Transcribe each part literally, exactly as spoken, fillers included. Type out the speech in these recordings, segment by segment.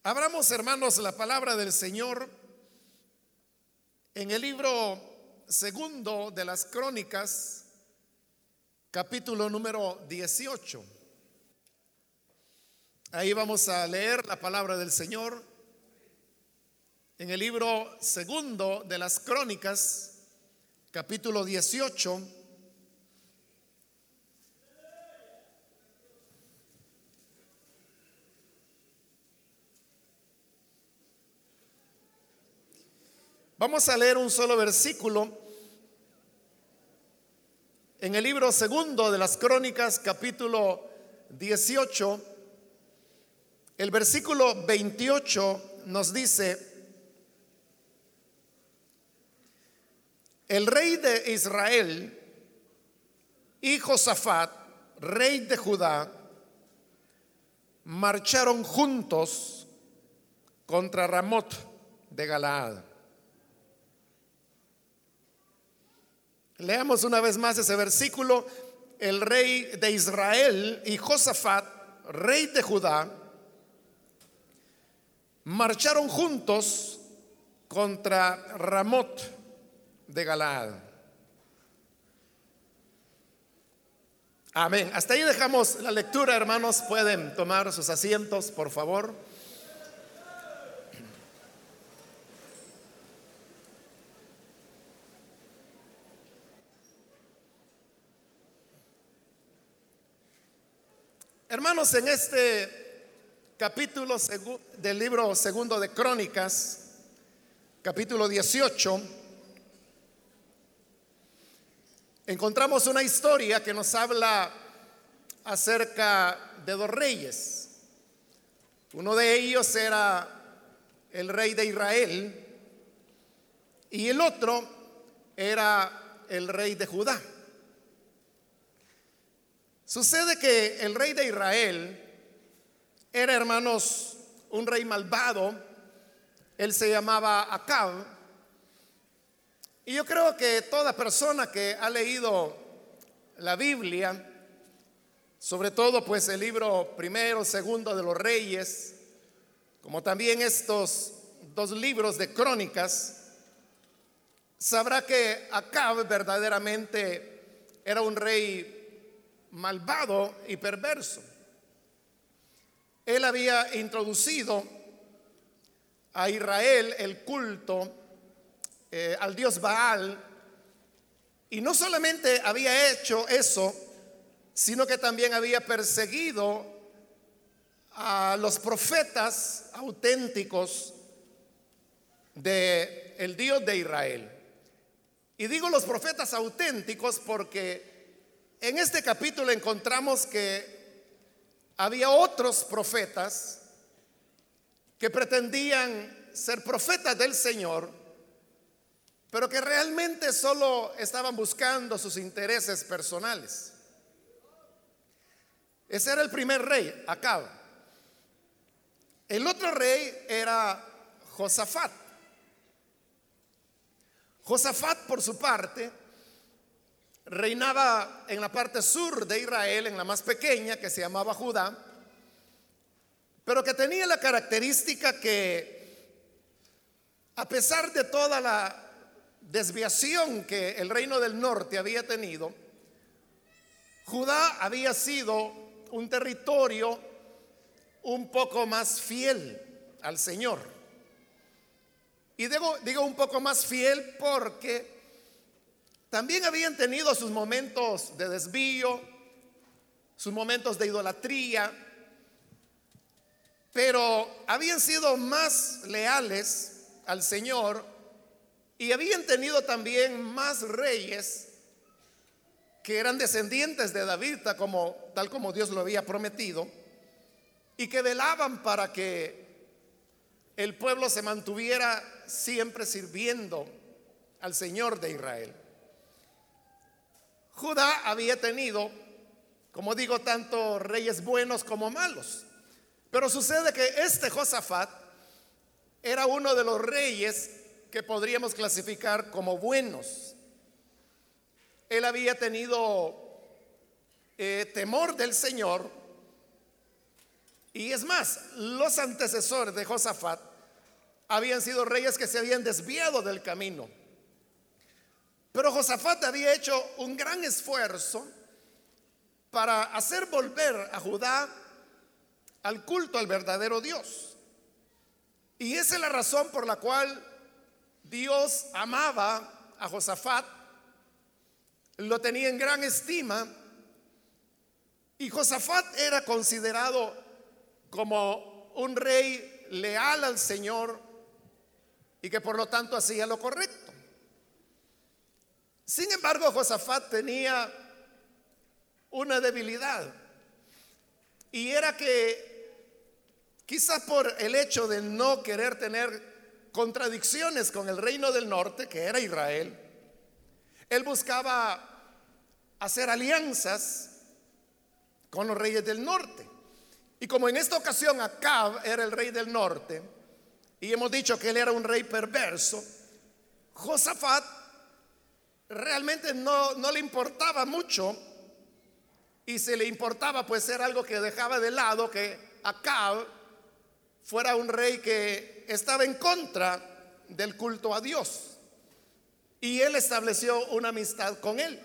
Abramos, hermanos, la palabra del Señor en el libro segundo de las Crónicas, capítulo número dieciocho. Ahí vamos a leer la palabra del Señor en el libro segundo de las Crónicas, capítulo dieciocho. Vamos a leer un solo versículo en el libro segundo de las Crónicas, capítulo dieciocho. El versículo veintiocho nos dice: el rey de Israel y Josafat, rey de Judá, marcharon juntos contra Ramot de Galaad. Leamos una vez más ese versículo. El rey de Israel y Josafat, rey de Judá, marcharon juntos contra Ramot de Galaad. Amén. Hasta ahí dejamos la lectura, hermanos. Pueden tomar sus asientos, por favor. Hermanos, en este capítulo del libro segundo de Crónicas, capítulo dieciocho, encontramos una historia que nos habla acerca de dos reyes. Uno de ellos era el rey de Israel y el otro era el rey de Judá. Sucede que el rey de Israel era, hermanos, un rey malvado. Él se llamaba Acab. Y yo creo que toda persona que ha leído la Biblia, sobre todo pues el libro primero, segundo de los Reyes, como también estos dos libros de Crónicas, sabrá que Acab verdaderamente era un rey malvado y perverso. Él había introducido a Israel el culto eh, al dios Baal, y no solamente había hecho eso, sino que también había perseguido a los profetas auténticos de el Dios de Israel. Y digo los profetas auténticos porque en este capítulo encontramos que había otros profetas que pretendían ser profetas del Señor, pero que realmente solo estaban buscando sus intereses personales. Ese era el primer rey, Acab. El otro rey era Josafat. Josafat, por su parte, reinaba en la parte sur de Israel, en la más pequeña, que se llamaba Judá, pero que tenía la característica que, a pesar de toda la desviación que el reino del norte había tenido, Judá había sido un territorio un poco más fiel al Señor. Y digo, digo un poco más fiel porque también habían tenido sus momentos de desvío, sus momentos de idolatría, pero habían sido más leales al Señor y habían tenido también más reyes que eran descendientes de David, tal como, tal como Dios lo había prometido, y que velaban para que el pueblo se mantuviera siempre sirviendo al Señor de Israel. Judá había tenido, como digo, tanto reyes buenos como malos, pero sucede que este Josafat era uno de los reyes que podríamos clasificar como buenos. Él había tenido eh, temor del Señor, Y es más, los antecesores de Josafat habían sido reyes que se habían desviado del camino. Pero Josafat había hecho un gran esfuerzo para hacer volver a Judá al culto al verdadero Dios. Y esa es la razón por la cual Dios amaba a Josafat, lo tenía en gran estima, y Josafat era considerado como un rey leal al Señor y que por lo tanto hacía lo correcto. Sin embargo, Josafat tenía una debilidad, y era que quizás por el hecho de no querer tener contradicciones con el reino del norte, que era Israel, él buscaba hacer alianzas con los reyes del norte. Y como en esta ocasión Acab era el rey del norte, y hemos dicho que él era un rey perverso, Josafat realmente no, no le importaba mucho. Y si le importaba, pues era algo que dejaba de lado que Acab fuera un rey que estaba en contra del culto a Dios, y él estableció una amistad con él.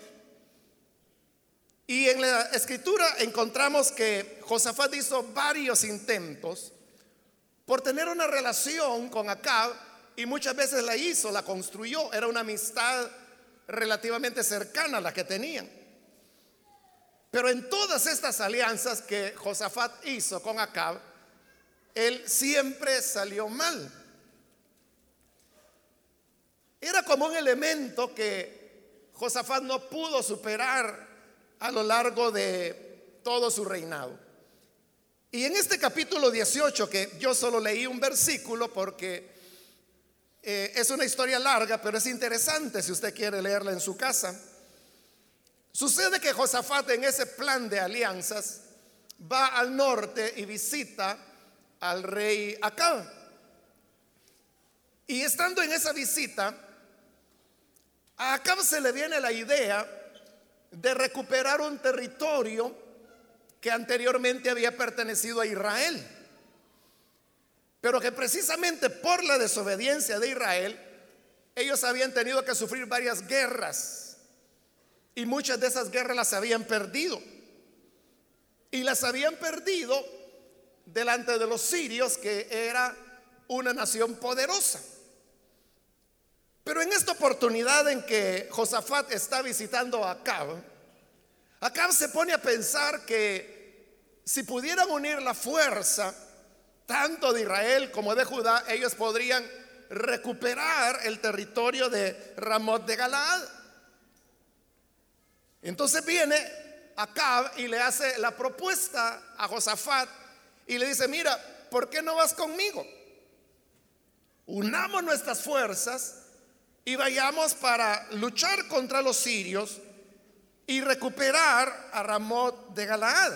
Y en la escritura encontramos que Josafat hizo varios intentos por tener una relación con Acab, y muchas veces la hizo, la construyó. Era una amistad relativamente cercana a la que tenían. Pero en todas estas alianzas que Josafat hizo con Acab, él siempre salió mal. Era como un elemento que Josafat no pudo superar a lo largo de todo su reinado. Y en este capítulo dieciocho, que yo solo leí un versículo porque eh, es una historia larga, pero es interesante si usted quiere leerla en su casa. Sucede que Josafat, en ese plan de alianzas, va al norte y visita al rey Acab. Y estando en esa visita, a Acab se le viene la idea de recuperar un territorio que anteriormente había pertenecido a Israel, pero que precisamente por la desobediencia de Israel, ellos habían tenido que sufrir varias guerras, y muchas de esas guerras las habían perdido, y las habían perdido delante de los sirios, que era una nación poderosa. Pero en esta oportunidad en que Josafat está visitando a Acab, Acab se pone a pensar que si pudieran unir la fuerza tanto de Israel como de Judá, ellos podrían recuperar el territorio de Ramot de Galaad. Entonces viene Acab y le hace la propuesta a Josafat y le dice: mira, ¿por qué no vas conmigo? Unamos nuestras fuerzas y vayamos para luchar contra los sirios y recuperar a Ramot de Galaad.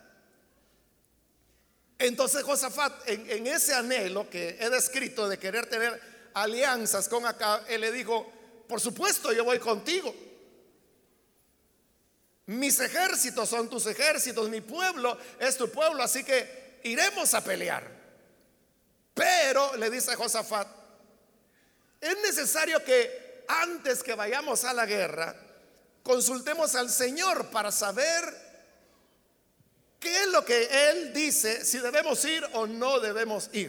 Entonces Josafat, en, en ese anhelo que he descrito de querer tener alianzas con Acab, él le dijo: por supuesto, yo voy contigo. Mis ejércitos son tus ejércitos, mi pueblo es tu pueblo, así que iremos a pelear. Pero le dice a Josafat: es necesario que antes que vayamos a la guerra consultemos al Señor para saber qué es lo que Él dice, si debemos ir o no debemos ir.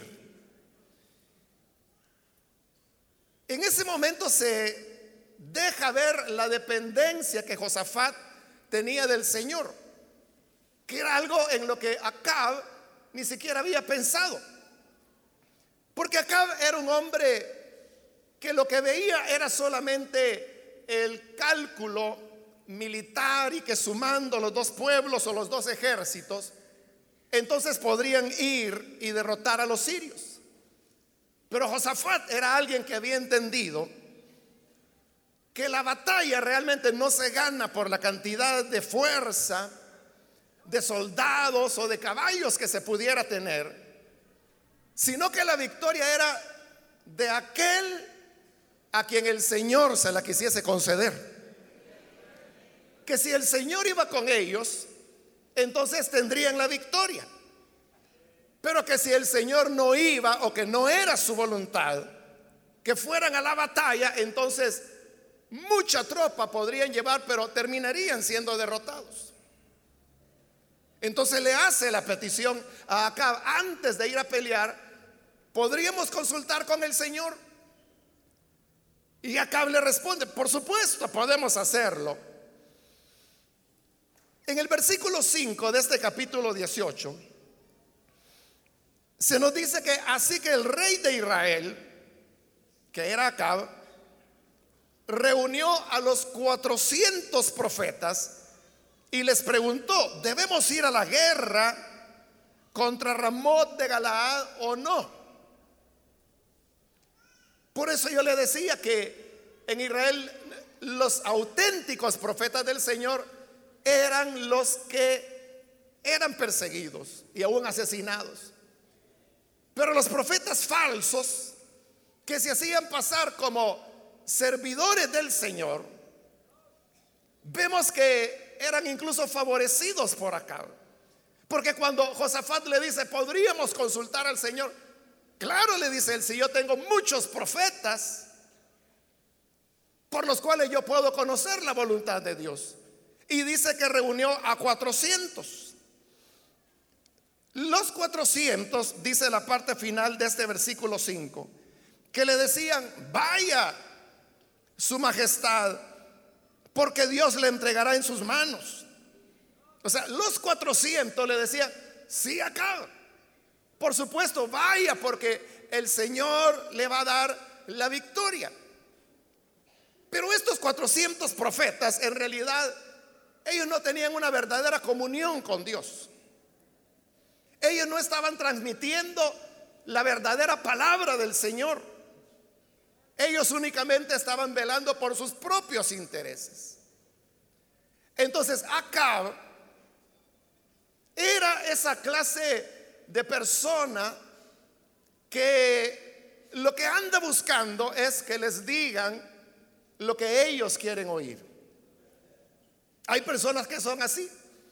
En ese momento se deja ver la dependencia que Josafat tenía del Señor, que era algo en lo que Acab ni siquiera había pensado, porque Acab era un hombre que lo que veía era solamente el cálculo militar, y que sumando los dos pueblos o los dos ejércitos, entonces podrían ir y derrotar a los sirios. Pero Josafat era alguien que había entendido que la batalla realmente no se gana por la cantidad de fuerza, de soldados o de caballos que se pudiera tener, sino que la victoria era de aquel a quien el Señor se la quisiese conceder. Que si el Señor iba con ellos, entonces tendrían la victoria. pero que si el Señor no iba o que no era su voluntad que fueran a la batalla, entonces mucha tropa podrían llevar, pero terminarían siendo derrotados. Entonces le hace la petición a Acab: antes de ir a pelear, ¿podríamos consultar con el Señor? Y Acab le responde: por supuesto, podemos hacerlo. En el versículo cinco de este capítulo dieciocho se nos dice que así que el rey de Israel, que era Acab, reunió a los cuatrocientos profetas y les preguntó: ¿debemos ir a la guerra contra Ramot de Galaad o no? Por eso yo le decía que en Israel los auténticos profetas del Señor eran los que eran perseguidos y aún asesinados. Pero los profetas falsos, que se hacían pasar como servidores del Señor, vemos que eran incluso favorecidos por Acab. Porque cuando Josafat le dice: ¿podríamos consultar al Señor? Claro, le dice él, si yo tengo muchos profetas por los cuales yo puedo conocer la voluntad de Dios. Y dice que reunió a cuatrocientos. Los cuatrocientos, dice la parte final de este versículo cinco, que le decían: vaya su majestad, porque Dios le entregará en sus manos. O sea, los cuatrocientos le decían: sí, acá, por supuesto, vaya, porque el Señor le va a dar la victoria. Pero estos cuatrocientos profetas, en realidad, ellos no tenían una verdadera comunión con Dios. Ellos no estaban transmitiendo la verdadera palabra del Señor. Ellos únicamente estaban velando por sus propios intereses. Entonces Acab era esa clase de persona que lo que anda buscando es que les digan lo que ellos quieren oír. Hay personas que son así,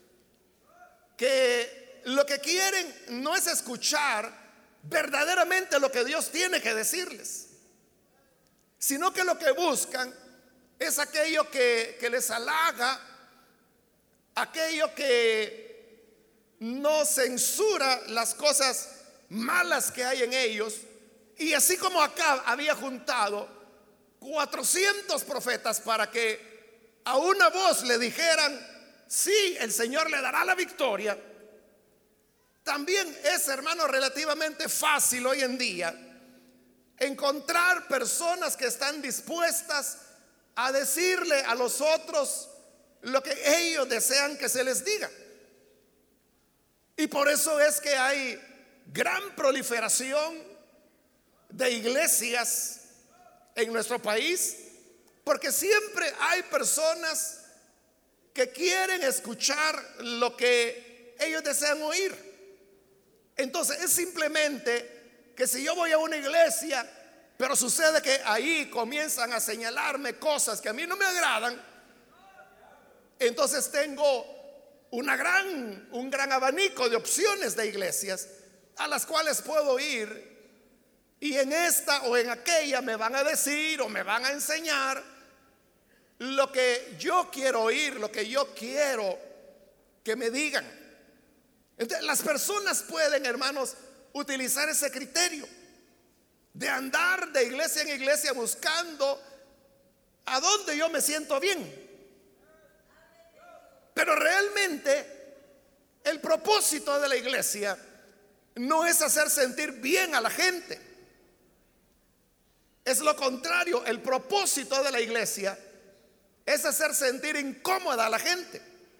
que lo que quieren no es escuchar verdaderamente lo que Dios tiene que decirles, sino que lo que buscan es aquello que, que les halaga, aquello que no censura las cosas malas que hay en ellos. Y así como Acab había juntado cuatrocientos profetas para que a una voz le dijeran: sí, el Señor le dará la victoria, también es, hermano, relativamente fácil hoy en día encontrar personas que están dispuestas a decirle a los otros lo que ellos desean que se les diga. Y por eso es que hay gran proliferación de iglesias en nuestro país, porque siempre hay personas que quieren escuchar lo que ellos desean oír. Entonces es simplemente que si yo voy a una iglesia, pero sucede que ahí comienzan a señalarme cosas que a mí no me agradan, entonces tengo una gran, un gran abanico de opciones de iglesias a las cuales puedo ir, y en esta o en aquella me van a decir o me van a enseñar lo que yo quiero oír, lo que yo quiero que me digan. Entonces las personas pueden, hermanos, utilizar ese criterio de andar de iglesia en iglesia buscando a dónde yo me siento bien. Pero realmente el propósito de la iglesia no es hacer sentir bien a la gente. Es lo contrario. El propósito de la iglesia es hacer sentir incómoda a la gente,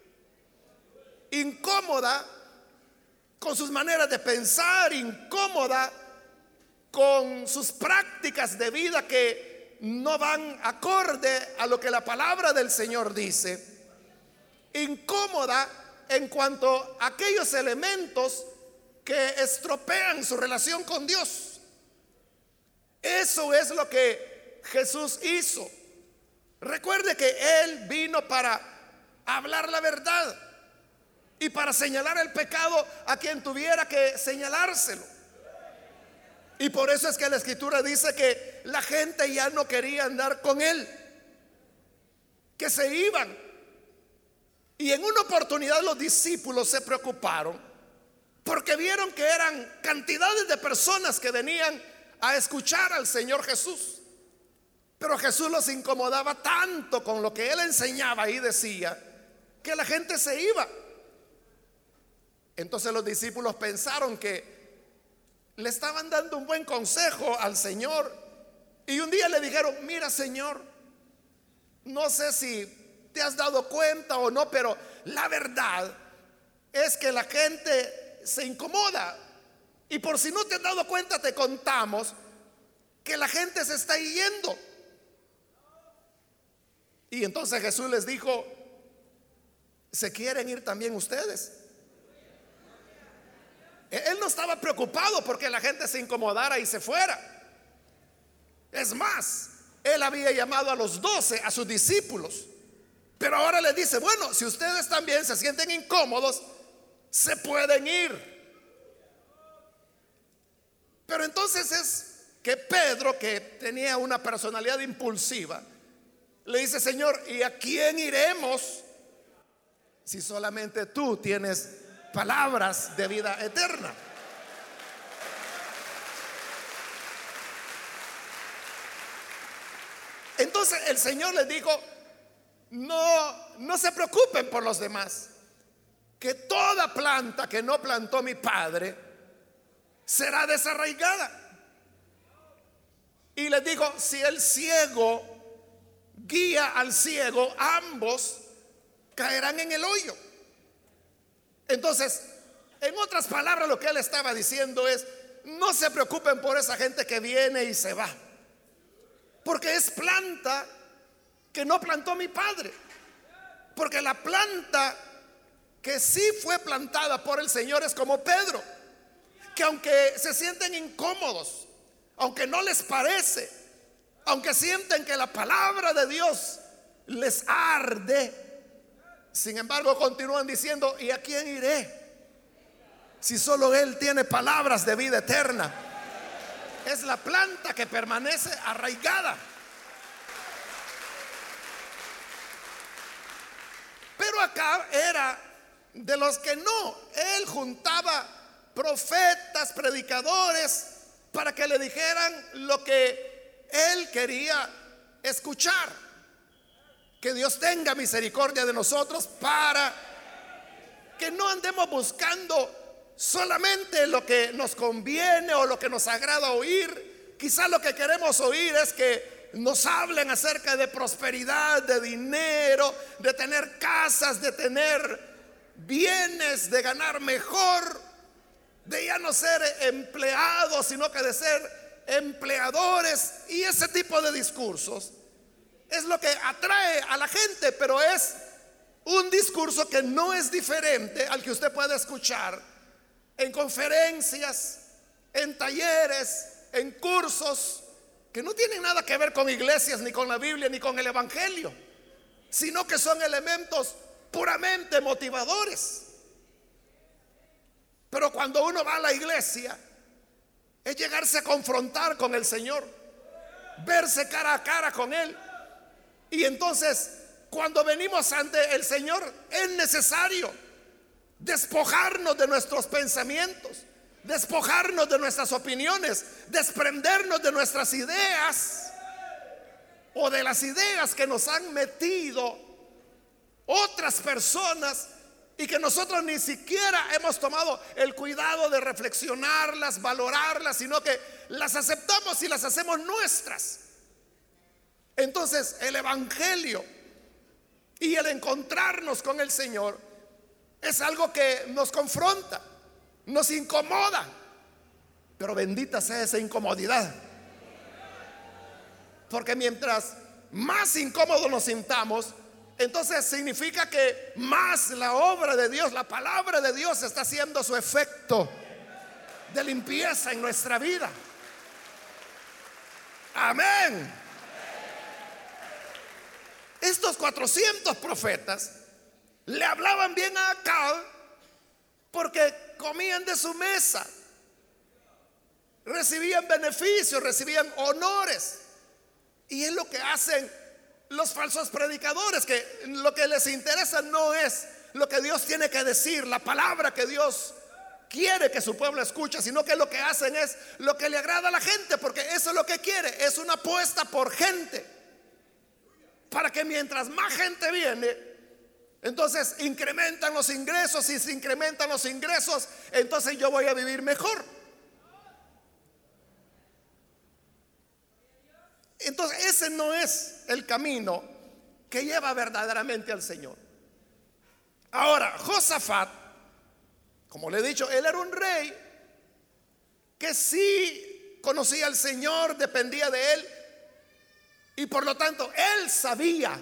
incómoda con sus maneras de pensar, incómoda con sus prácticas de vida que no van acorde a lo que la palabra del Señor dice, incómoda en cuanto a aquellos elementos que estropean su relación con Dios. Eso es lo que Jesús hizo. Recuerde que Él vino para hablar la verdad. y para señalar el pecado a quien tuviera que señalárselo. Y por eso es que la escritura dice que la gente ya no quería andar con él, que se iban. Y en una oportunidad los discípulos se preocuparon porque vieron que eran cantidades de personas que venían a escuchar al Señor Jesús. Pero Jesús los incomodaba tanto con lo que él enseñaba y decía, que la gente se iba. Entonces los discípulos pensaron que le estaban dando un buen consejo al Señor. Y un día le dijeron, mira, Señor, no sé si te has dado cuenta o no, pero la verdad es que la gente se incomoda. Y por si no te has dado cuenta, te contamos que la gente se está yendo. Y entonces Jesús les dijo, ¿se quieren ir también ustedes? Él no estaba preocupado porque la gente se incomodara y se fuera. Es más, él había llamado a los doce, a sus discípulos. Pero ahora les dice, bueno, si ustedes también se sienten incómodos, se pueden ir. Pero entonces es que Pedro, que tenía una personalidad impulsiva, le dice, Señor, ¿y a quién iremos si solamente tú tienes palabras de vida eterna? Entonces el Señor les dijo, no, no se preocupen por los demás, que toda planta que no plantó mi Padre será desarraigada. Y les dijo, si el ciego guía al ciego, ambos caerán en el hoyo. Entonces, en otras palabras, lo que él estaba diciendo es, no se preocupen por esa gente que viene y se va, porque es planta que no plantó mi Padre. Porque la planta que sí fue plantada por el Señor es como Pedro, que aunque se sienten incómodos, aunque no les parece, aunque sienten que la palabra de Dios les arde, sin embargo continúan diciendo, ¿y a quién iré? Si solo Él tiene palabras de vida eterna. Es la planta que permanece arraigada. Pero acá era de los que no. Él juntaba profetas, predicadores, para que le dijeran lo que él quería escuchar. Que Dios tenga misericordia de nosotros para que no andemos buscando solamente lo que nos conviene o lo que nos agrada oír. Quizá lo que queremos oír es que nos hablen acerca de prosperidad, de dinero, de tener casas, de tener bienes, de ganar mejor, de ya no ser empleados, sino que de ser empleadores. Y ese tipo de discursos es lo que atrae a la gente, pero es un discurso que no es diferente al que usted puede escuchar en conferencias, en talleres, en cursos que no tienen nada que ver con iglesias, ni con la Biblia, ni con el Evangelio, sino que son elementos puramente motivadores. Pero cuando uno va a la iglesia, es llegarse a confrontar con el Señor, verse cara a cara con Él. Y entonces, cuando venimos ante el Señor, es necesario despojarnos de nuestros pensamientos, despojarnos de nuestras opiniones, desprendernos de nuestras ideas o de las ideas que nos han metido otras personas y que nosotros ni siquiera hemos tomado el cuidado de reflexionarlas, valorarlas, sino que las aceptamos y las hacemos nuestras. Entonces el Evangelio y el encontrarnos con el Señor es algo que nos confronta, nos incomoda, pero bendita sea esa incomodidad, porque mientras más incómodos nos sintamos, entonces significa que más la obra de Dios, la palabra de Dios está haciendo su efecto de limpieza en nuestra vida. Amén. Estos cuatrocientos profetas le hablaban bien a Acab porque comían de su mesa, recibían beneficios, recibían honores. Y es lo que hacen los falsos predicadores, que lo que les interesa no es lo que Dios tiene que decir, la palabra que Dios quiere que su pueblo escuche, sino que lo que hacen es lo que le agrada a la gente, porque eso es lo que quiere, es una apuesta por gente, para que mientras más gente viene, entonces incrementan los ingresos, y si incrementan los ingresos, entonces yo voy a vivir mejor. Entonces ese no es el camino que lleva verdaderamente al Señor. Ahora, Josafat, como le he dicho, él era un rey que sí conocía al Señor, dependía de él, y por lo tanto él sabía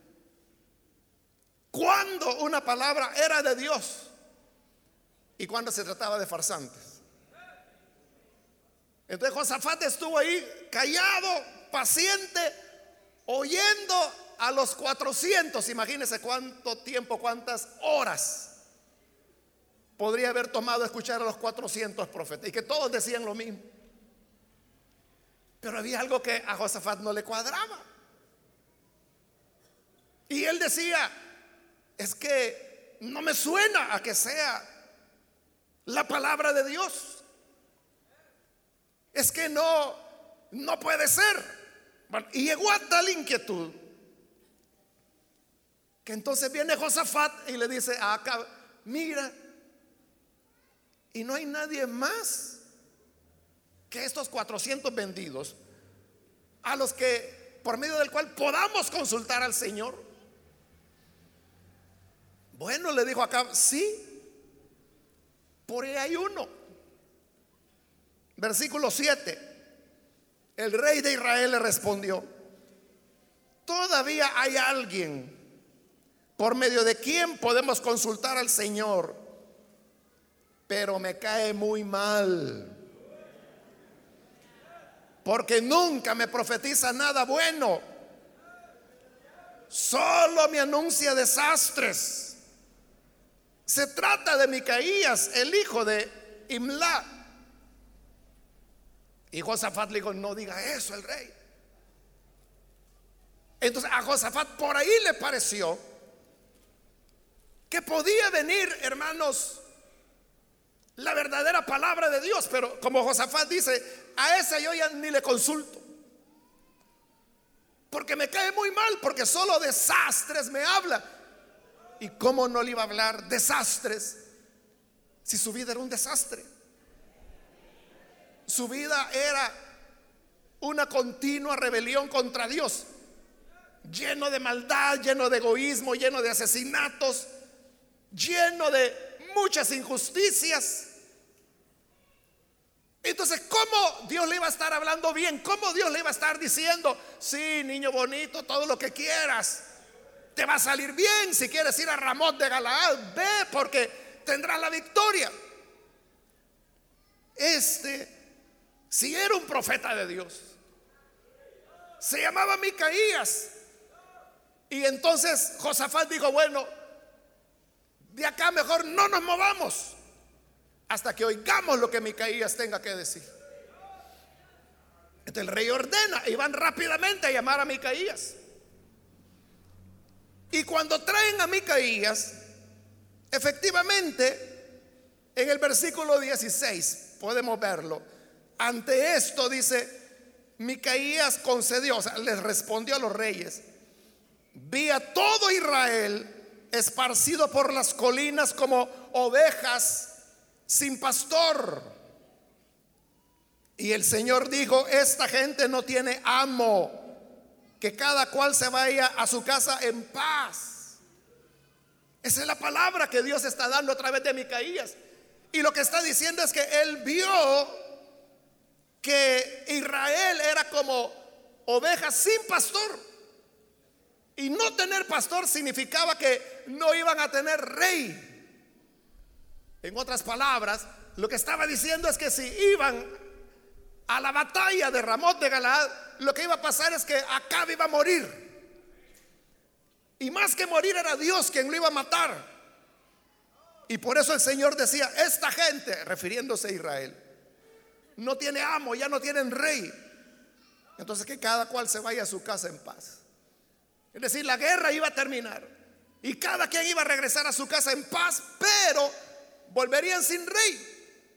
cuando una palabra era de Dios y cuando se trataba de farsantes. Entonces Josafat estuvo ahí callado, paciente, oyendo a los cuatrocientos. Imagínense cuánto tiempo, cuántas horas podría haber tomado escuchar a los cuatrocientos profetas, y que todos decían lo mismo. Pero había algo que a Josafat no le cuadraba, y él decía: es que no me suena a que sea la palabra de Dios. Es que no, no puede ser. Bueno, y llegó a tal inquietud que entonces viene Josafat y le dice a Acab: mira, y no hay nadie más que estos cuatrocientos vendidos a los que, por medio del cual podamos consultar al Señor. Bueno, le dijo Acab: sí, por ahí hay uno. Versículo siete. El rey de Israel le respondió: todavía hay alguien por medio de quien podemos consultar al Señor, pero me cae muy mal, porque nunca me profetiza nada bueno, solo me anuncia desastres. Se trata de Micaías, el hijo de Imla. Y Josafat le dijo: no diga eso el rey. Entonces a Josafat por ahí le pareció que podía venir, hermanos, la verdadera palabra de Dios. Pero como Josafat dice: a ese yo ya ni le consulto, porque me cae muy mal, porque solo desastres me habla. ¿Y cómo no le iba a hablar desastres si su vida era un desastre? Su vida era una continua rebelión contra Dios, lleno de maldad, lleno de egoísmo, lleno de asesinatos, lleno de muchas injusticias. Entonces, ¿cómo Dios le iba a estar hablando bien? ¿Cómo Dios le iba a estar diciendo: sí, niño bonito, todo lo que quieras, te va a salir bien? Si quieres ir a Ramot de Galaad, ve, porque tendrás la victoria. Este si era un profeta de Dios, se llamaba Micaías. Y entonces Josafat dijo: bueno, de acá mejor no nos movamos hasta que oigamos lo que Micaías tenga que decir. Entonces el rey ordena y van rápidamente a llamar a Micaías. Y cuando traen a Micaías, efectivamente, en el versículo dieciséis podemos verlo. Ante esto, dice, Micaías concedió, o sea, les respondió a los reyes: vi a todo Israel esparcido por las colinas como ovejas sin pastor. Y el Señor dijo: esta gente no tiene amo, que cada cual se vaya a su casa en paz. Esa es la palabra que Dios está dando a través de Micaías. Y lo que está diciendo es que él vio que Israel era como ovejas sin pastor. Y no tener pastor significaba que no iban a tener rey. En otras palabras, lo que estaba diciendo es que si iban a la batalla de Ramot de Galaad, lo que iba a pasar es que Acab iba a morir. Y más que morir, era Dios quien lo iba a matar. Y por eso el Señor decía, esta gente, refiriéndose a Israel, no tiene amo, ya no tienen rey. Entonces que cada cual se vaya a su casa en paz. Es decir, la guerra iba a terminar y cada quien iba a regresar a su casa en paz, pero volverían sin rey.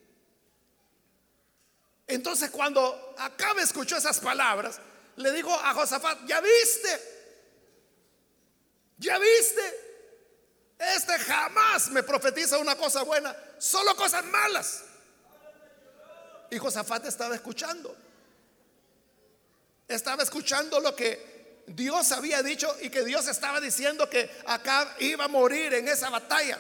Entonces cuando Acab escuchó esas palabras, le dijo a Josafat, ya viste, ya viste, este jamás me profetiza una cosa buena, solo cosas malas. Y Josafat estaba escuchando, estaba escuchando lo que Dios había dicho y que Dios estaba diciendo que Acab iba a morir en esa batalla.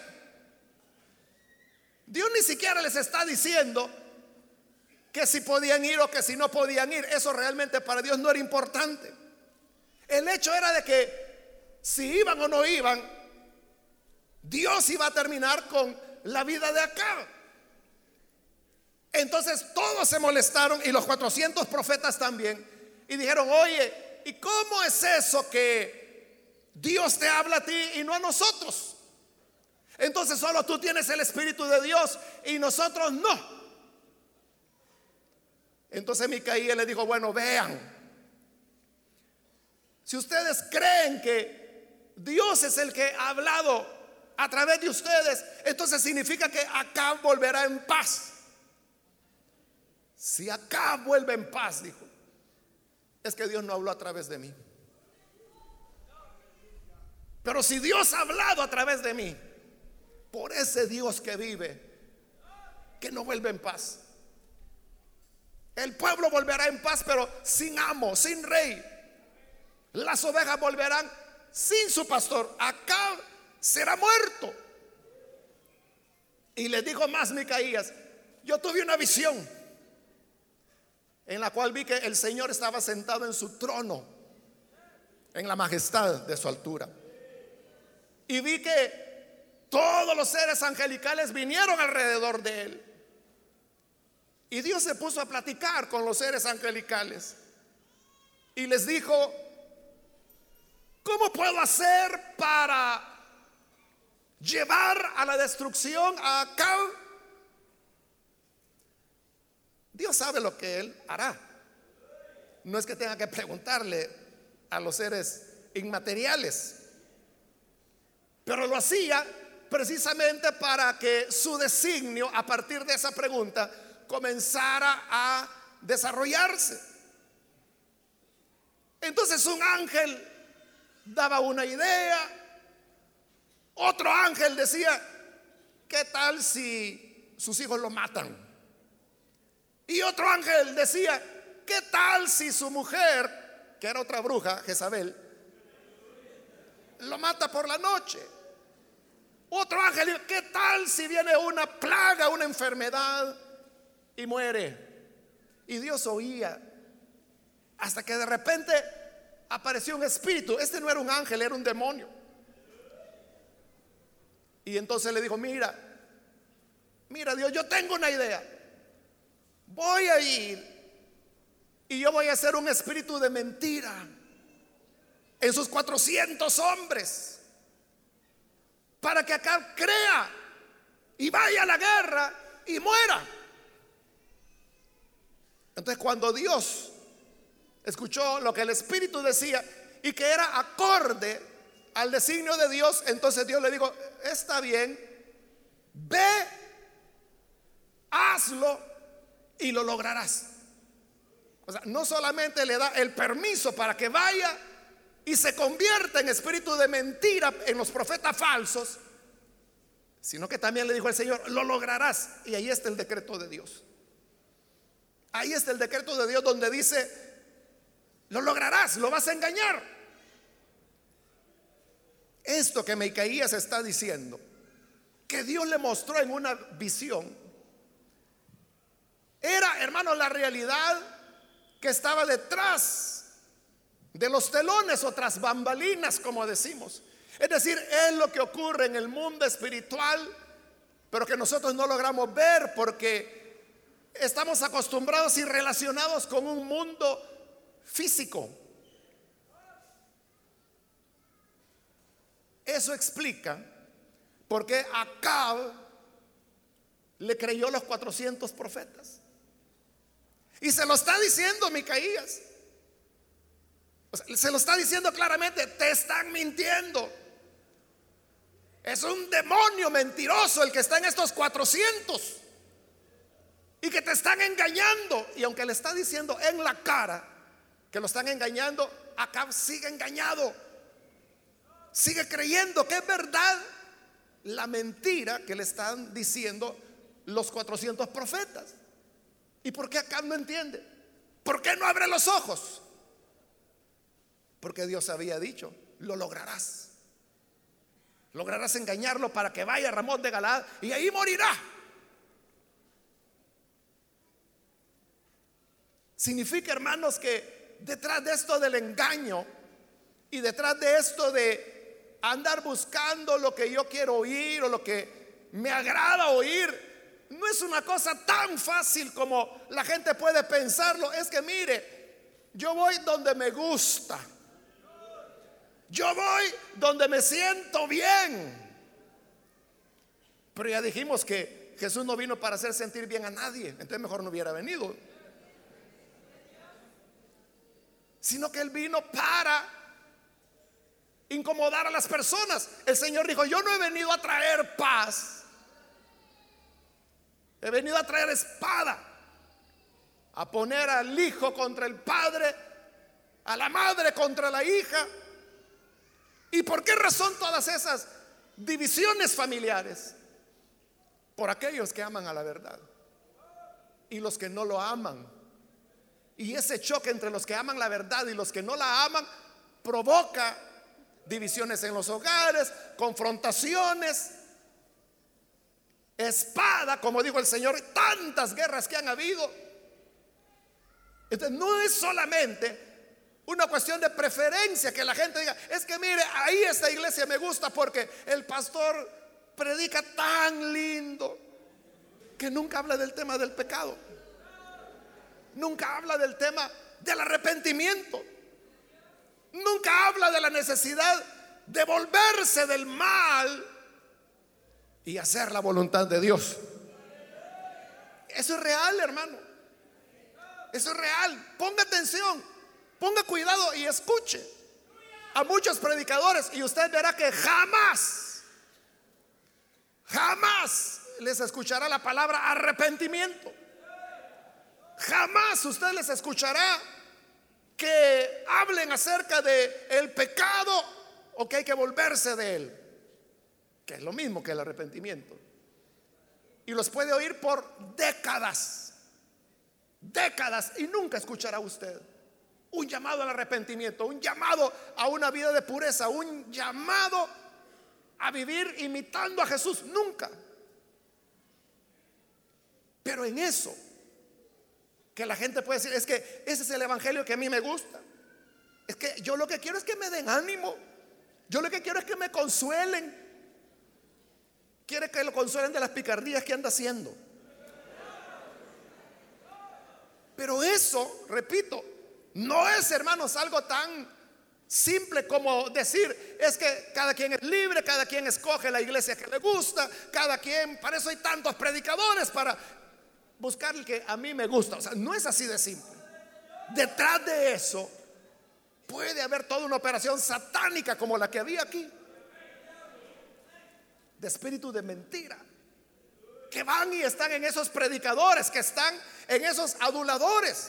Dios ni siquiera les está diciendo que si podían ir o que si no podían ir. Eso realmente para Dios no era importante. El hecho era de que si iban o no iban, Dios iba a terminar con la vida de Acab. Entonces todos se molestaron y los cuatrocientos profetas también, y dijeron, oye, ¿y cómo es eso que Dios te habla a ti y no a nosotros? Entonces solo tú tienes el Espíritu de Dios y nosotros no. Entonces Micaías le dijo, bueno, vean, si ustedes creen que Dios es el que ha hablado a través de ustedes, entonces significa que Acab volverá en paz. Si Acab vuelve en paz, dijo, es que Dios no habló a través de mí. Pero si Dios ha hablado a través de mí, por ese Dios que vive, que no vuelve en paz, el pueblo volverá en paz, pero sin amo, sin rey. Las ovejas volverán sin su pastor. Acab será muerto. Y le dijo más Micaías, yo tuve una visión en la cual vi que el Señor estaba sentado en su trono, en la majestad de su altura. Y vi que todos los seres angelicales vinieron alrededor de él. Y Dios se puso a platicar con los seres angelicales y les dijo, ¿cómo puedo hacer para llevar a la destrucción a Acab? Dios sabe lo que él hará. No es que tenga que preguntarle a los seres inmateriales, pero lo hacía precisamente para que su designio a partir de esa pregunta comenzara a desarrollarse. Entonces un ángel daba una idea, otro ángel decía, ¿qué tal si sus hijos lo matan? Y otro ángel decía, ¿qué tal si su mujer, que era otra bruja, Jezabel, lo mata por la noche? Otro ángel dijo, ¿qué tal si viene una plaga, una enfermedad y muere? Y Dios oía hasta que de repente apareció un espíritu. Este no era un ángel, era un demonio. Y entonces le dijo, mira, mira Dios, yo tengo una idea. Voy a ir y yo voy a hacer un espíritu de mentira en sus cuatrocientos hombres, para que acá crea y vaya a la guerra y muera. Entonces cuando Dios escuchó lo que el espíritu decía y que era acorde al designio de Dios, entonces Dios le dijo, está bien, ve, hazlo y lo lograrás. O sea, no solamente le da el permiso para que vaya y se convierta en espíritu de mentira en los profetas falsos, sino que también le dijo al Señor, lo lograrás. Y ahí está el decreto de Dios. Ahí está el decreto de Dios donde dice, lo lograrás, lo vas a engañar. Esto que Micaías está diciendo, que Dios le mostró en una visión, era, hermanos, la realidad que estaba detrás de los telones o tras bambalinas, como decimos. Es decir, es lo que ocurre en el mundo espiritual, pero que nosotros no logramos ver porque estamos acostumbrados y relacionados con un mundo físico. Eso explica por qué Acab le creyó los cuatrocientos profetas. Y se lo está diciendo Micaías. O sea, se lo está diciendo claramente: te están mintiendo. Es un demonio mentiroso el que está en estos cuatrocientos y que te están engañando. Y aunque le está diciendo en la cara que lo están engañando, Acab sigue engañado, sigue creyendo que es verdad la mentira que le están diciendo los cuatrocientos profetas. ¿Y por qué Acab no entiende? ¿Por qué no abre los ojos? Porque Dios había dicho: lo lograrás. Lograrás engañarlo para que vaya a Ramón de Galaad y ahí morirá. Significa, hermanos, que detrás de esto del engaño y detrás de esto de andar buscando lo que yo quiero oír o lo que me agrada oír, no es una cosa tan fácil como la gente puede pensarlo. Es que mire, yo voy donde me gusta, yo voy donde me siento bien. Pero ya dijimos que Jesús no vino para hacer sentir bien a nadie, entonces mejor no hubiera venido. Sino que Él vino para incomodar a las personas. El Señor dijo: yo no he venido a traer paz, he venido a traer espada, a poner al hijo contra el padre, a la madre contra la hija. ¿Y por qué razón todas esas divisiones familiares? Por aquellos que aman a la verdad y los que no lo aman. Y ese choque entre los que aman la verdad y los que no la aman provoca divisiones en los hogares, confrontaciones, espada, como dijo el Señor, tantas guerras que han habido. Entonces no es solamente una cuestión de preferencia, que la gente diga: es que mire, ahí esta iglesia me gusta porque el pastor predica tan lindo, que nunca habla del tema del pecado, nunca habla del tema del arrepentimiento, nunca habla de la necesidad de volverse del mal y hacer la voluntad de Dios. Eso es real, hermano. Eso es real. Ponga atención, ponga cuidado y escuche a muchos predicadores y usted verá que jamás, jamás les escuchará la palabra arrepentimiento. Jamás usted les escuchará que hablen acerca de el pecado o que hay que volverse de él, que es lo mismo que el arrepentimiento. Y los puede oír por décadas, décadas, y nunca escuchará usted un llamado al arrepentimiento, un llamado a una vida de pureza, un llamado a vivir imitando a Jesús. Nunca. Pero en eso que la gente puede decir: es que ese es el evangelio que a mí me gusta, es que yo lo que quiero es que me den ánimo, yo lo que quiero es que me consuelen. Quiere que lo consuelen de las picardías que anda haciendo. Pero eso, repito, no es, hermanos, algo tan simple como decir: es que cada quien es libre, cada quien escoge la iglesia que le gusta, cada quien, para eso hay tantos predicadores, para buscar el que a mí me gusta. O sea, no es así de simple. Detrás de eso puede haber toda una operación satánica como la que había aquí, de espíritu de mentira, que van y están en esos predicadores, que están en esos aduladores,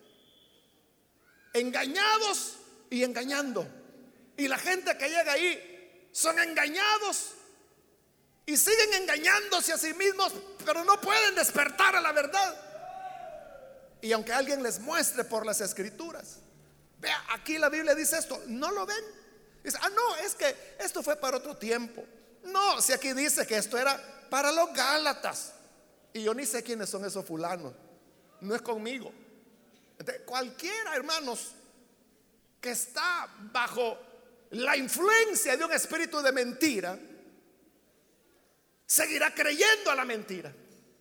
engañados y engañando. Y la gente que llega ahí son engañados y siguen engañándose a sí mismos, pero no pueden despertar a la verdad. Y aunque alguien les muestre por las escrituras: vea, aquí la Biblia dice esto, no lo ven. Dice: ah, no, es que esto fue para otro tiempo. No, si aquí dice que esto era para los Gálatas, y yo ni sé quiénes son esos fulanos, no es conmigo. Entonces, cualquiera, hermanos, que está bajo la influencia de un espíritu de mentira, seguirá creyendo a la mentira.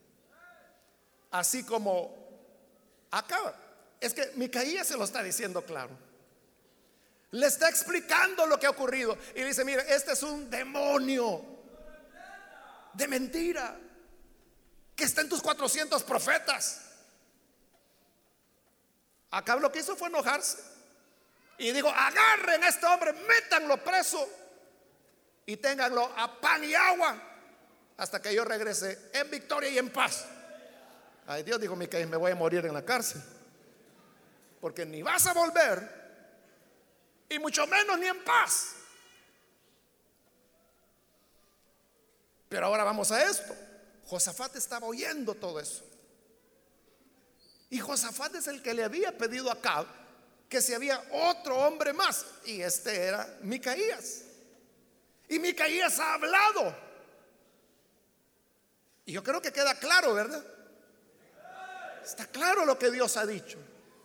Así como acá, es que Micaías se lo está diciendo claro, le está explicando lo que ha ocurrido y dice: mire, este es un demonio de mentira. que estén tus cuatrocientos profetas. Acab lo que hizo fue enojarse y dijo: agarren a este hombre, métanlo preso y ténganlo a pan y agua hasta que yo regrese en victoria y en paz. Ay, Dios dijo: Micaía, me voy a morir en la cárcel, porque ni vas a volver y mucho menos ni en paz. Pero ahora vamos a esto. Josafat estaba oyendo todo eso, y Josafat es el que le había pedido a Acab que si había otro hombre más, y este era Micaías. Y Micaías ha hablado, y yo creo que queda claro, ¿verdad? Está claro lo que Dios ha dicho.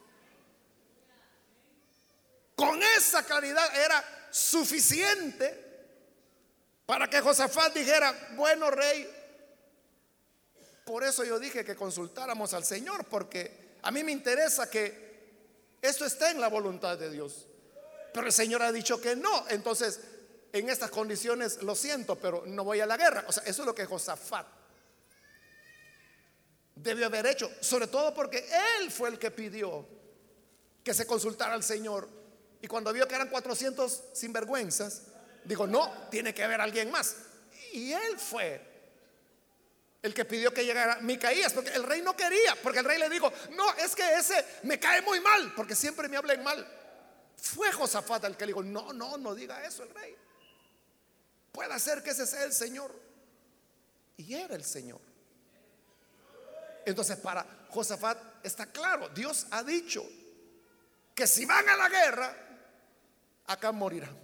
Con esa claridad era suficiente para que Josafat dijera: bueno, rey, por eso yo dije que consultáramos al Señor, porque a mí me interesa que esto esté en la voluntad de Dios. Pero el Señor ha dicho que no. Entonces, en estas condiciones, lo siento, pero no voy a la guerra. O sea, eso es lo que Josafat debió haber hecho, sobre todo porque él fue el que pidió que se consultara al Señor. Y cuando vio que eran cuatrocientos sinvergüenzas, dijo: no, tiene que haber alguien más. Y él fue el que pidió que llegara Micaías, porque el rey no quería, porque el rey le dijo: no, es que ese me cae muy mal, porque siempre me hablan mal. Fue Josafat el que le dijo: no, no, no diga eso el rey. Puede ser que ese sea el Señor. Y era el Señor. Entonces, para Josafat está claro, Dios ha dicho que si van a la guerra, acá morirán.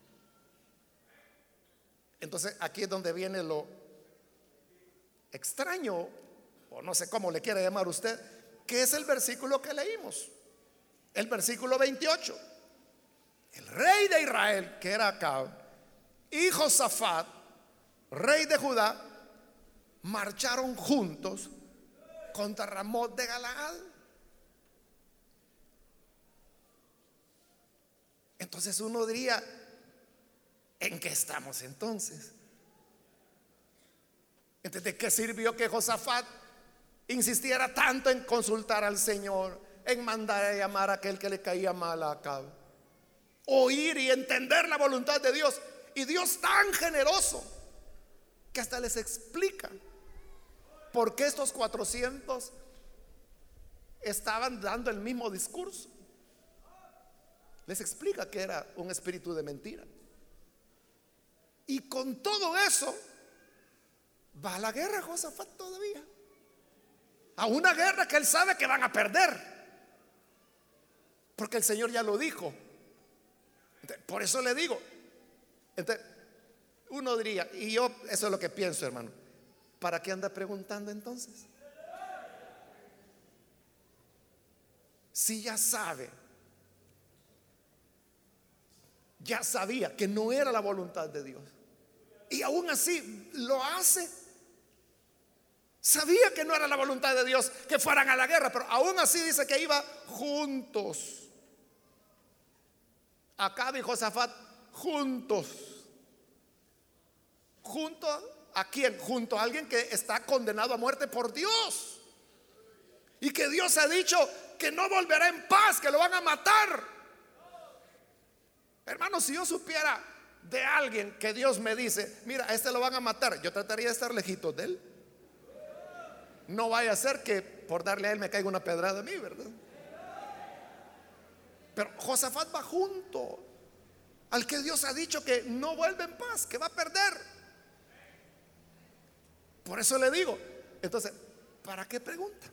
Entonces, aquí es donde viene lo extraño, o no sé cómo le quiere llamar usted, que es el versículo que leímos, el versículo veintiocho. El rey de Israel, que era Acab, y Josafat, rey de Judá, marcharon juntos contra Ramot de Galaad. Entonces uno diría: ¿en qué estamos entonces? Entonces, ¿de qué sirvió que Josafat insistiera tanto en consultar al Señor, en mandar a llamar a aquel que le caía mal a Acab, oír y entender la voluntad de Dios? Y Dios tan generoso que hasta les explica por qué estos cuatrocientos estaban dando el mismo discurso. Les explica que era un espíritu de mentira. Y con todo eso va a la guerra Josafat todavía, a una guerra que él sabe que van a perder, porque el Señor ya lo dijo. Entonces, por eso le digo, entonces, uno diría, y yo eso es lo que pienso, hermano: ¿para qué anda preguntando entonces? Si ya sabe, ya sabía que no era la voluntad de Dios, y aún así lo hace. Sabía que no era la voluntad de Dios que fueran a la guerra, pero aún así dice que iba juntos. Acab y Josafat juntos. ¿Junto a quién? Junto a alguien que está condenado a muerte por Dios, y que Dios ha dicho que no volverá en paz, que lo van a matar. Hermano, si yo supiera de alguien que Dios me dice: mira, a este lo van a matar, yo trataría de estar lejitos de él. No vaya a ser que por darle a él me caiga una pedrada a mí, ¿verdad? Pero Josafat va junto al que Dios ha dicho que no vuelve en paz, que va a perder. Por eso le digo, entonces, ¿para qué pregunta?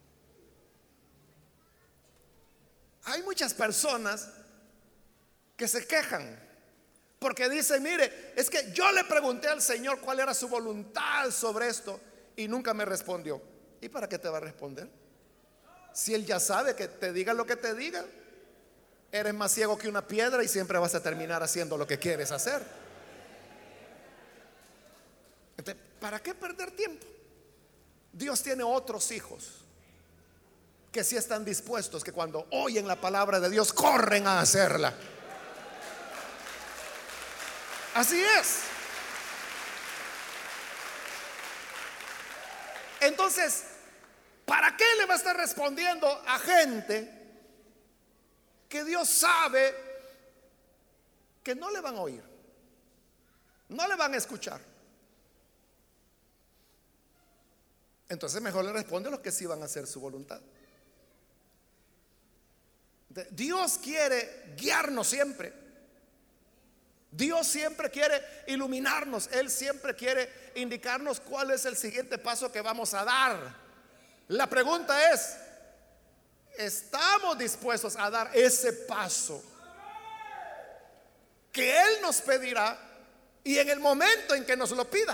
Hay muchas personas que se quejan porque dicen: mire, es que yo le pregunté al Señor cuál era su voluntad sobre esto y nunca me respondió. ¿Y para qué te va a responder? Si él ya sabe que te diga lo que te diga, eres más ciego que una piedra y siempre vas a terminar haciendo lo que quieres hacer. Entonces, ¿para qué perder tiempo? Dios tiene otros hijos que sí están dispuestos, que cuando oyen la palabra de Dios corren a hacerla. Así es. Entonces, ¿para qué le va a estar respondiendo a gente que Dios sabe que no le van a oír, no le van a escuchar? Entonces mejor le responde a los que sí van a hacer su voluntad. Dios quiere guiarnos siempre. Dios siempre quiere iluminarnos. Él siempre quiere indicarnos cuál es el siguiente paso que vamos a dar. La pregunta es, ¿estamos dispuestos a dar ese paso que Él nos pedirá y en el momento en que nos lo pida?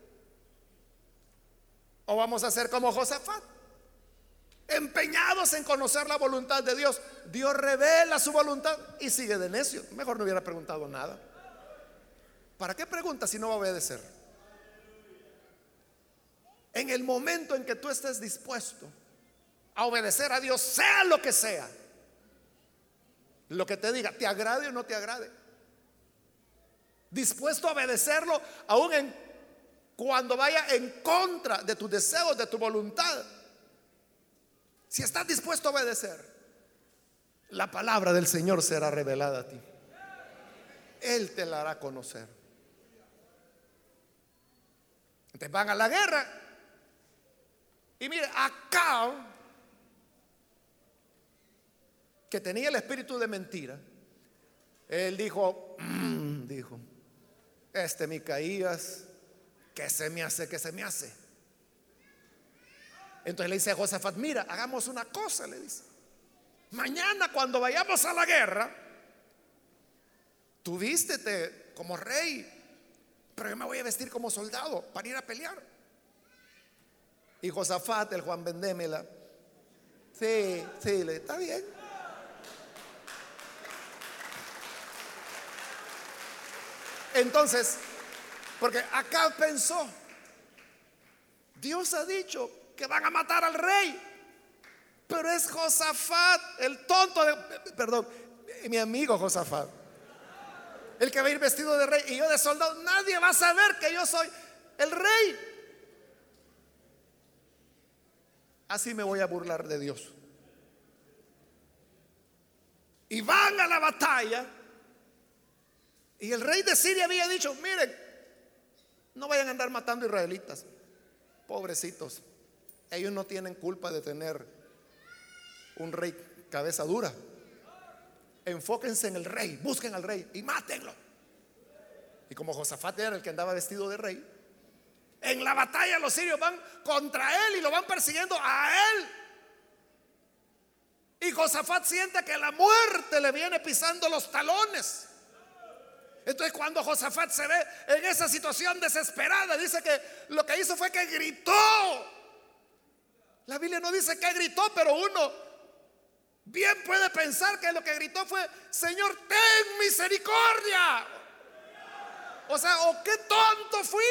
¿O vamos a ser como Josafat, empeñados en conocer la voluntad de Dios? Dios revela su voluntad y sigue de necio. Mejor no hubiera preguntado nada. ¿Para qué pregunta si no va a obedecer? En el momento en que tú estés dispuesto a obedecer a Dios, sea lo que sea, lo que te diga, te agrade o no te agrade, dispuesto a obedecerlo aún en, cuando vaya en contra de tus deseos, de tu voluntad. Si estás dispuesto a obedecer, la palabra del Señor será revelada a ti. Él te la hará conocer. Entonces van a la guerra. Y mire, Acab, que tenía el espíritu de mentira, él dijo, mmm, dijo, este Micaías, ¿qué se me hace? ¿Qué se me hace? Entonces le dice a Josafat, mira, hagamos una cosa, le dice. Mañana cuando vayamos a la guerra, tú vístete como rey, pero yo me voy a vestir como soldado para ir a pelear. Y Josafat, el Juan Vendémela, sí, sí, le está bien. Entonces, porque acá pensó, Dios ha dicho que van a matar al rey, pero es Josafat, el tonto de, perdón, mi amigo Josafat, el que va a ir vestido de rey y yo de soldado. Nadie va a saber que yo soy el rey. Así me voy a burlar de Dios. Y van a la batalla. Y el rey de Siria había dicho, miren, no vayan a andar matando israelitas, pobrecitos. Ellos no tienen culpa de tener un rey cabeza dura. Enfóquense en el rey, busquen al rey y mátenlo. Y como Josafat era el que andaba vestido de rey, en la batalla los sirios van contra él y lo van persiguiendo a él. Y Josafat siente que la muerte le viene pisando los talones. Entonces cuando Josafat se ve en esa situación desesperada, dice que lo que hizo fue que gritó. La Biblia no dice que gritó, pero uno bien puede pensar que lo que gritó fue, Señor, ten misericordia. O sea, o qué tonto fui.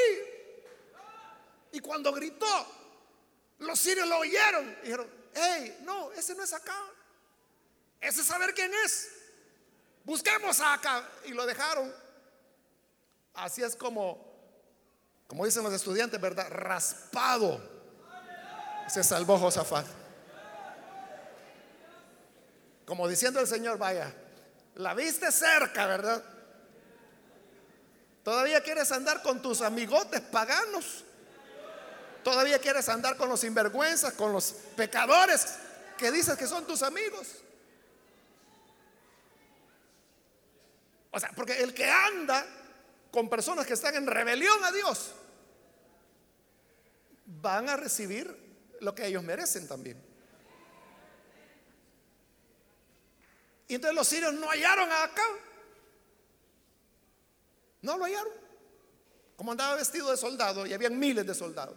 Y cuando gritó, los sirios lo oyeron y dijeron, hey, no, ese no es Acab, ese es saber quién es. Busquemos a Acab. Y lo dejaron. Así es como, como dicen los estudiantes, ¿verdad? Raspado se salvó Josafat. Como diciendo el Señor, vaya, la viste cerca, ¿verdad? Todavía quieres andar con tus amigotes paganos. Todavía quieres andar con los sinvergüenzas, con los pecadores que dices que son tus amigos. O sea, porque el que anda con personas que están en rebelión a Dios van a recibir lo que ellos merecen también. Y entonces los sirios no hallaron a Acab. No lo hallaron. Como andaba vestido de soldado y habían miles de soldados.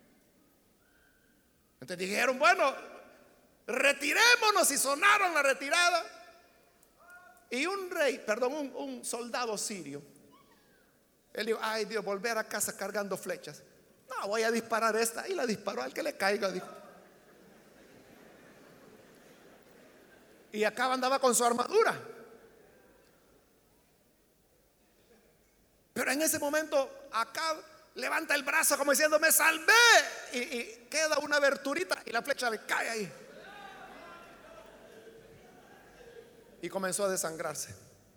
Entonces dijeron, bueno, retirémonos, y sonaron la retirada. Y un rey, perdón, un, un soldado sirio, él dijo, ay Dios, volver a casa cargando flechas. No, voy a disparar esta. Y la disparó al que le caiga, dijo. Y Acab andaba con su armadura. Pero en ese momento Acab levanta el brazo como diciendo, me salvé. y, y queda una aberturita y la flecha le cae ahí. Y comenzó a desangrarse.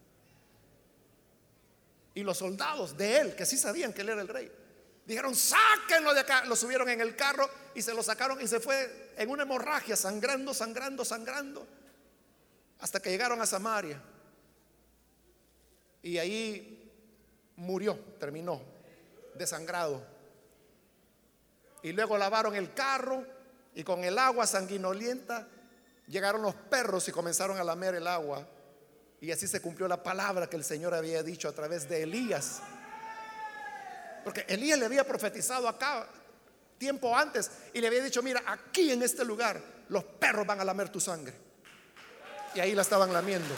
Y los soldados de él, que sí sabían que él era el rey, dijeron: sáquenlo de acá. Lo subieron en el carro y se lo sacaron, y se fue en una hemorragia, sangrando, sangrando, sangrando, hasta que llegaron a Samaria. Y ahí murió, terminó desangrado. Y luego lavaron el carro, y con el agua sanguinolienta llegaron los perros y comenzaron a lamer el agua. Y así se cumplió la palabra que el Señor había dicho a través de Elías. Porque Elías le había profetizado acá tiempo antes y le había dicho: mira, aquí en este lugar los perros van a lamer tu sangre. Y ahí la estaban lamiendo.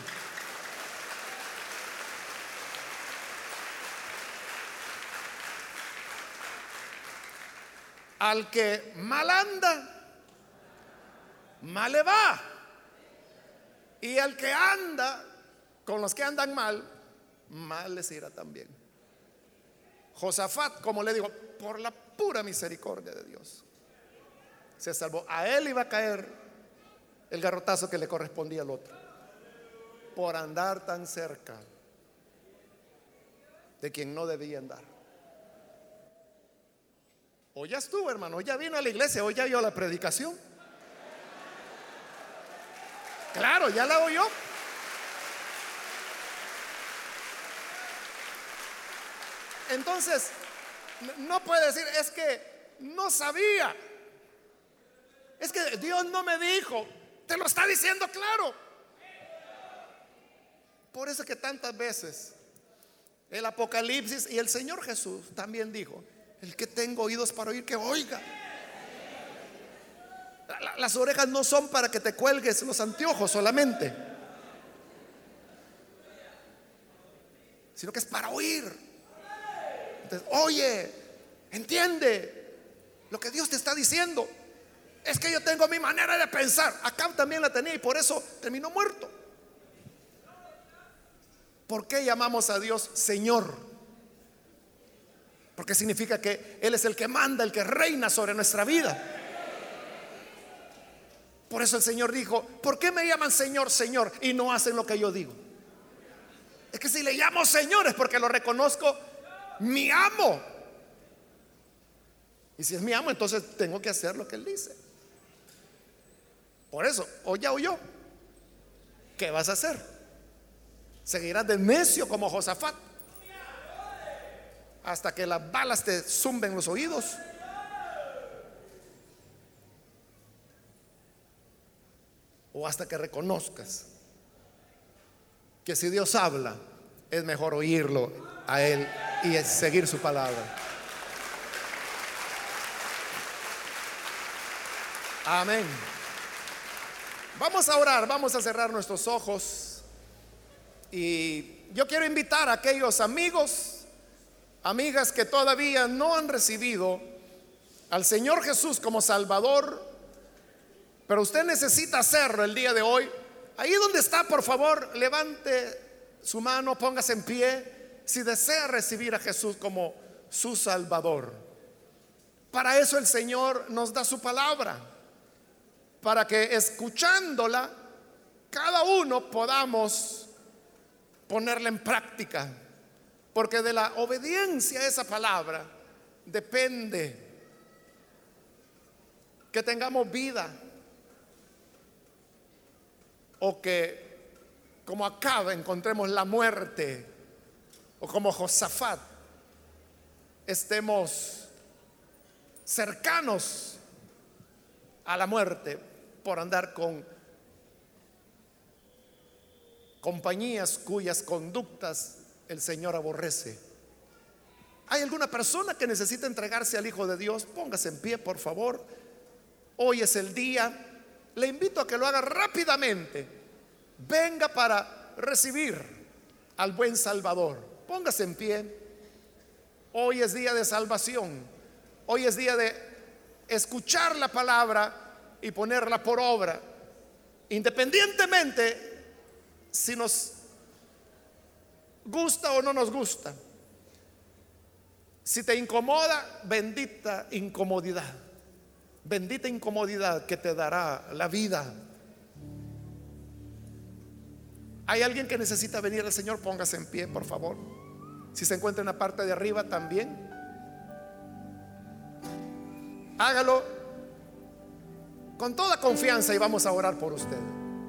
Al que mal anda, mal le va. Y al que anda con los que andan mal, mal les irá también. Josafat, como le digo, por la pura misericordia de Dios, se salvó. A él iba a caer el garrotazo que le correspondía al otro, por andar tan cerca de quien no debía andar. Hoy ya estuvo, hermano, hoy ya vino a la iglesia, hoy ya vio la predicación. Claro, ya la oyó. Entonces, no puede decir: es que no sabía, es que Dios no me dijo. Te lo está diciendo claro. Por eso que tantas veces el Apocalipsis y el Señor Jesús también dijo: el que tenga oídos para oír, que oiga. Las orejas no son para que te cuelgues los anteojos solamente, sino que es para oír. Entonces, oye, entiende lo que Dios te está diciendo. Es que yo tengo mi manera de pensar. Acab también la tenía y por eso terminó muerto. ¿Por qué llamamos a Dios Señor? Porque significa que Él es el que manda, el que reina sobre nuestra vida. Por eso el Señor dijo: ¿por qué me llaman Señor, Señor y no hacen lo que yo digo? Es que si le llamo Señor es porque lo reconozco mi amo. Y si es mi amo, entonces tengo que hacer lo que Él dice. Por eso, hoy ya oyó. ¿Qué vas a hacer? ¿Seguirás de necio como Josafat hasta que las balas te zumben los oídos? ¿O hasta que reconozcas que si Dios habla, es mejor oírlo a Él y seguir su palabra? Amén. Vamos a orar, vamos a cerrar nuestros ojos. Y yo quiero invitar a aquellos amigos, amigas que todavía no han recibido al Señor Jesús como Salvador, pero usted necesita hacerlo el día de hoy. Ahí donde está, por favor, levante su mano, póngase en pie si desea recibir a Jesús como su Salvador. Para eso el Señor nos da su palabra, para que escuchándola cada uno podamos ponerla en práctica, porque de la obediencia a esa palabra depende que tengamos vida, o que como Acab encontremos la muerte, o como Josafat estemos cercanos a la muerte por andar con compañías cuyas conductas el Señor aborrece. ¿Hay alguna persona que necesita entregarse al Hijo de Dios? Póngase en pie, por favor. Hoy es el día. Le invito a que lo haga rápidamente. Venga para recibir al buen Salvador. Póngase en pie. Hoy es día de salvación. Hoy es día de escuchar la palabra y ponerla por obra, independientemente si nos gusta o no nos gusta. Si te incomoda, bendita incomodidad. bendita incomodidad que te dará la vida. ¿Hay alguien que necesita venir al Señor? Póngase en pie, por favor. Si se encuentra en la parte de arriba también, hágalo con toda confianza y vamos a orar por usted.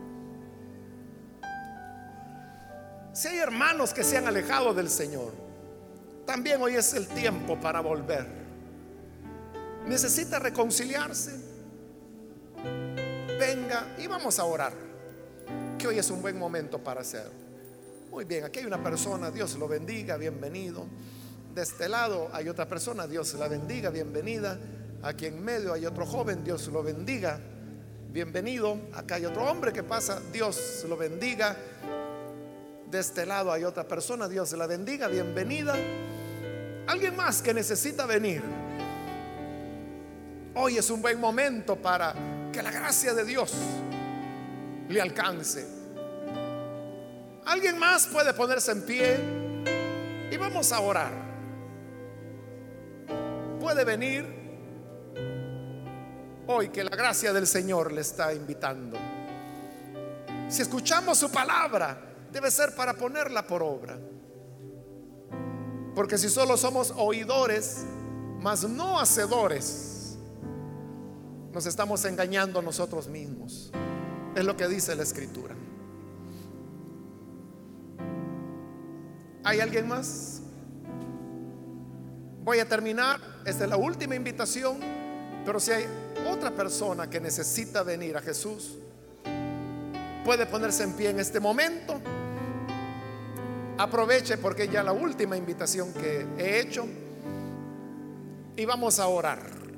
Si hay hermanos que se han alejado del Señor, también hoy es el tiempo para volver. Necesita reconciliarse, venga y vamos a orar, que hoy es un buen momento para hacerlo. Muy bien, aquí hay una persona, Dios lo bendiga, bienvenido. De este lado hay otra persona, Dios la bendiga, bienvenida. Aquí en medio hay otro joven, Dios lo bendiga, bienvenido. Acá hay otro hombre que pasa, Dios lo bendiga. De este lado hay otra persona, Dios la bendiga, bienvenida. Alguien más que necesita venir, hoy es un buen momento para que la gracia de Dios le alcance. Alguien más puede ponerse en pie y vamos a orar. Puede venir hoy, que la gracia del Señor le está invitando. Si escuchamos su palabra, debe ser para ponerla por obra. Porque si solo somos oidores, mas no hacedores, nos estamos engañando nosotros mismos. Es lo que dice la Escritura. ¿Hay alguien más? Voy a terminar. Esta es la última invitación. Pero si hay otra persona que necesita venir a Jesús, puede ponerse en pie en este momento. Aproveche, porque ya la última invitación que he hecho, y vamos a orar.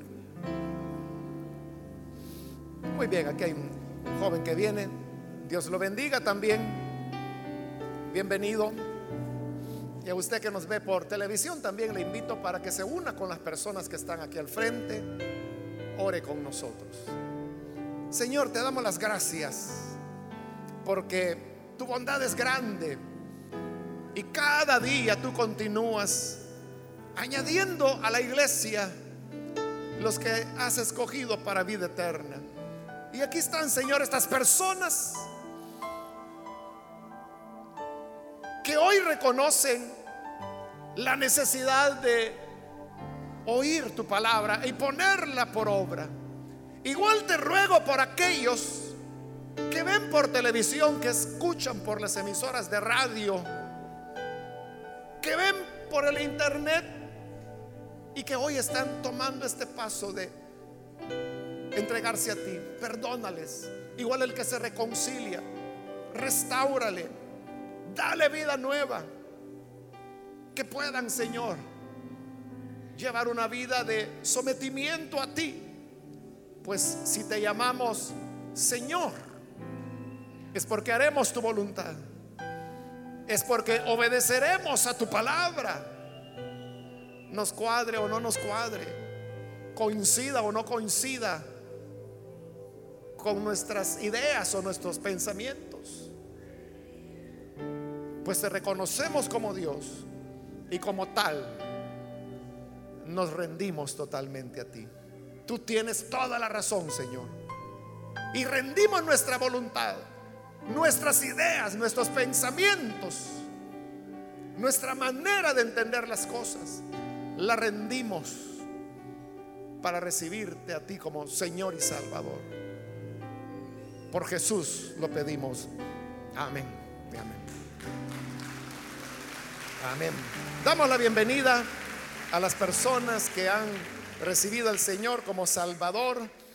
Muy bien, aquí hay un joven que viene, Dios lo bendiga también, bienvenido. Y a usted que nos ve por televisión también le invito para que se una con las personas que están aquí al frente, ore con nosotros. Señor, te damos las gracias porque tu bondad es grande y cada día tú continúas añadiendo a la iglesia los que has escogido para vida eterna. Y aquí están, Señor, estas personas que hoy reconocen la necesidad de oír tu palabra y ponerla por obra. Igual te ruego por aquellos que ven por televisión, que escuchan por las emisoras de radio, que ven por el internet y que hoy están tomando este paso de entregarse a ti. Perdónales. Igual el que se reconcilia, restáurale, dale vida nueva. Que puedan, Señor, llevar una vida de sometimiento a ti. Pues si te llamamos Señor, es porque haremos tu voluntad, es porque obedeceremos a tu palabra, nos cuadre o no nos cuadre, coincida o no coincida con nuestras ideas o nuestros pensamientos. Pues te reconocemos como Dios y como tal nos rendimos totalmente a ti. Tú tienes toda la razón, Señor, y rendimos nuestra voluntad, nuestras ideas, nuestros pensamientos, nuestra manera de entender las cosas, la rendimos para recibirte a ti como Señor y Salvador. Por Jesús lo pedimos. Amén y amén. Amén. Damos la bienvenida a las personas que han recibido al Señor como Salvador.